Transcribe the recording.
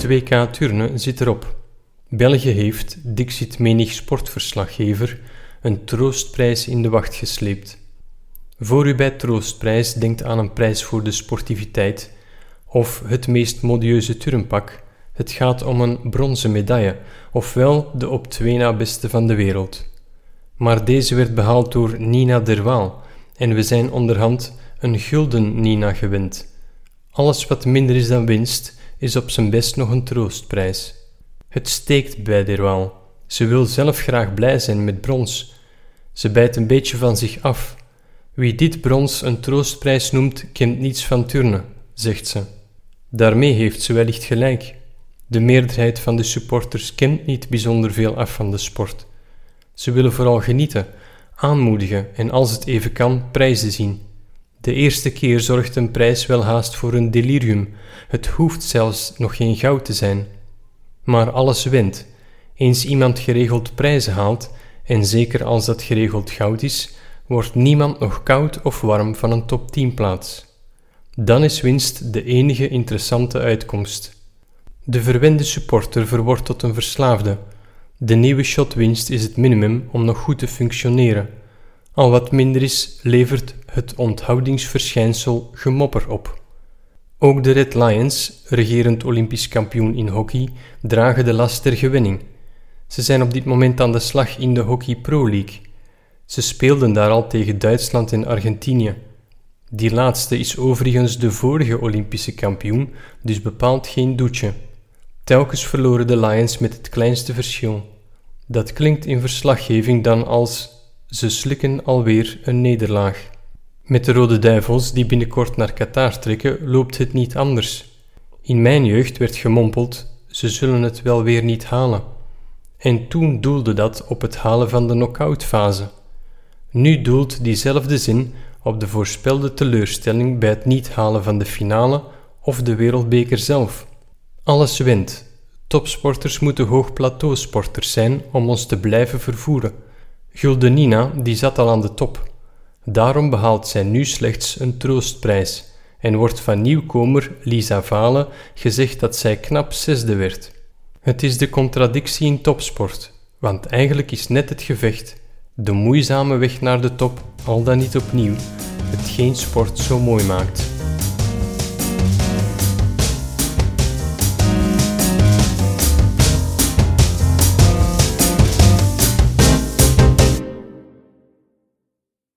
Het WK turnen zit erop. België heeft, dixit menig sportverslaggever, een troostprijs in de wacht gesleept. Voor u bij troostprijs denkt aan een prijs voor de sportiviteit of het meest modieuze turnpak. Het gaat om een bronzen medaille, ofwel de op 2 na beste van de wereld. Maar deze werd behaald door Nina Derwaal en we zijn onderhand een gulden Nina gewend. Alles wat minder is dan winst, is op zijn best nog een troostprijs. Het steekt bij Derwaal. Ze wil zelf graag blij zijn met brons. Ze bijt een beetje van zich af. Wie dit brons een troostprijs noemt, kent niets van turnen, zegt ze. Daarmee heeft ze wellicht gelijk. De meerderheid van de supporters kent niet bijzonder veel af van de sport. Ze willen vooral genieten, aanmoedigen en als het even kan, prijzen zien. De eerste keer zorgt een prijs wel haast voor een delirium. Het hoeft zelfs nog geen goud te zijn. Maar alles went. Eens iemand geregeld prijzen haalt, en zeker als dat geregeld goud is, wordt niemand nog koud of warm van een top 10 plaats. Dan is winst de enige interessante uitkomst. De verwende supporter verwordt tot een verslaafde. De nieuwe shotwinst is het minimum om nog goed te functioneren. Al wat minder is, levert het onthoudingsverschijnsel gemopper op. Ook de Red Lions, regerend Olympisch kampioen in hockey, dragen de last der gewenning. Ze zijn op dit moment aan de slag in de Hockey Pro League. Ze speelden daar al tegen Duitsland en Argentinië. Die laatste is overigens de vorige Olympische kampioen, dus bepaald geen doetje. Telkens verloren de Lions met het kleinste verschil. Dat klinkt in verslaggeving dan als: ze slikken alweer een nederlaag. Met de Rode Duivels, die binnenkort naar Qatar trekken, loopt het niet anders. In mijn jeugd werd gemompeld: ze zullen het wel weer niet halen. En toen doelde dat op het halen van de knock-outfase. Nu doelt diezelfde zin op de voorspelde teleurstelling bij het niet halen van de finale of de wereldbeker zelf. Alles went. Topsporters moeten hoogplateausporters zijn om ons te blijven vervoeren. Gulden Nina, die zat al aan de top. Daarom behaalt zij nu slechts een troostprijs en wordt van nieuwkomer Lisa Vale gezegd dat zij knap 6e werd. Het is de contradictie in topsport, want eigenlijk is net het gevecht, de moeizame weg naar de top, al dan niet opnieuw, hetgeen sport zo mooi maakt.